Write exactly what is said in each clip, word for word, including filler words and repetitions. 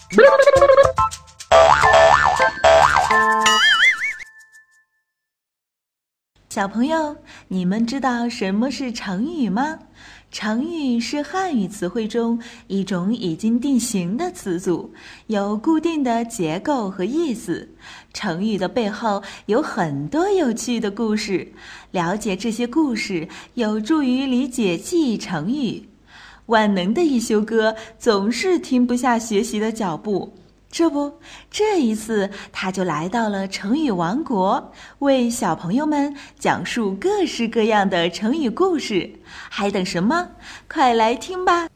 小朋友，你们知道什么是成语吗？成语是汉语词汇中一种已经定型的词组，有固定的结构和意思。成语的背后有很多有趣的故事，了解这些故事有助于理解记忆成语。万能的一休哥总是停不下学习的脚步，这不，这一次他就来到了成语王国，为小朋友们讲述各式各样的成语故事。还等什么？快来听吧！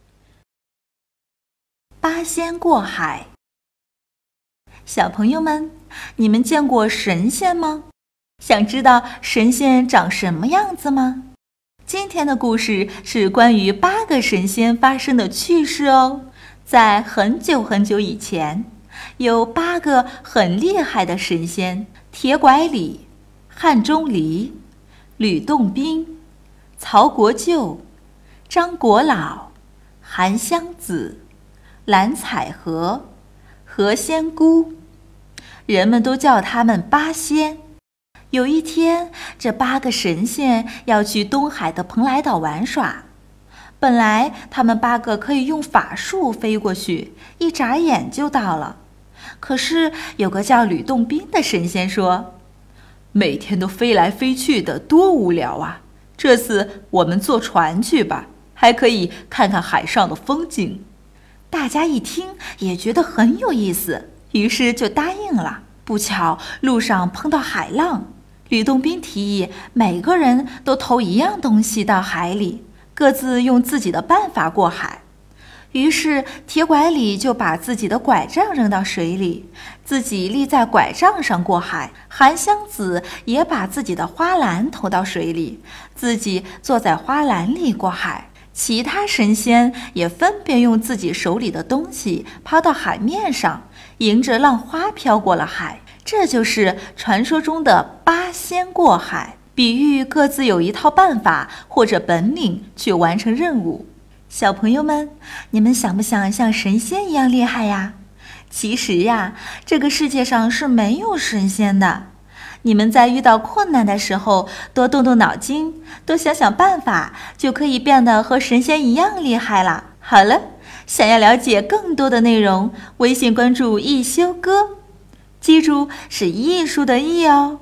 八仙过海。小朋友们，你们见过神仙吗？想知道神仙长什么样子吗？今天的故事是关于八个神仙发生的趣事哦。在很久很久以前，有八个很厉害的神仙：铁拐李、汉钟离、吕洞宾、曹国舅、张果老、韩湘子、蓝采和、何仙姑，人们都叫他们八仙。有一天，这八个神仙要去东海的蓬莱岛玩耍。本来他们八个可以用法术飞过去，一眨眼就到了。可是有个叫吕洞宾的神仙说：“每天都飞来飞去的，多无聊啊！这次我们坐船去吧，还可以看看海上的风景。”大家一听也觉得很有意思，于是就答应了。不巧路上碰到海浪，吕洞宾提议每个人都投一样东西到海里，各自用自己的办法过海。于是铁拐李就把自己的拐杖扔到水里，自己立在拐杖上过海。韩湘子也把自己的花篮投到水里，自己坐在花篮里过海。其他神仙也分别用自己手里的东西抛到海面上，迎着浪花飘过了海。这就是传说中的八仙过海，比喻各自有一套办法或者本领去完成任务。小朋友们，你们想不想像神仙一样厉害呀？其实呀，这个世界上是没有神仙的。你们在遇到困难的时候，多动动脑筋，多想想办法，就可以变得和神仙一样厉害了。好了，想要了解更多的内容，微信关注一休哥，记住是艺术的艺哦。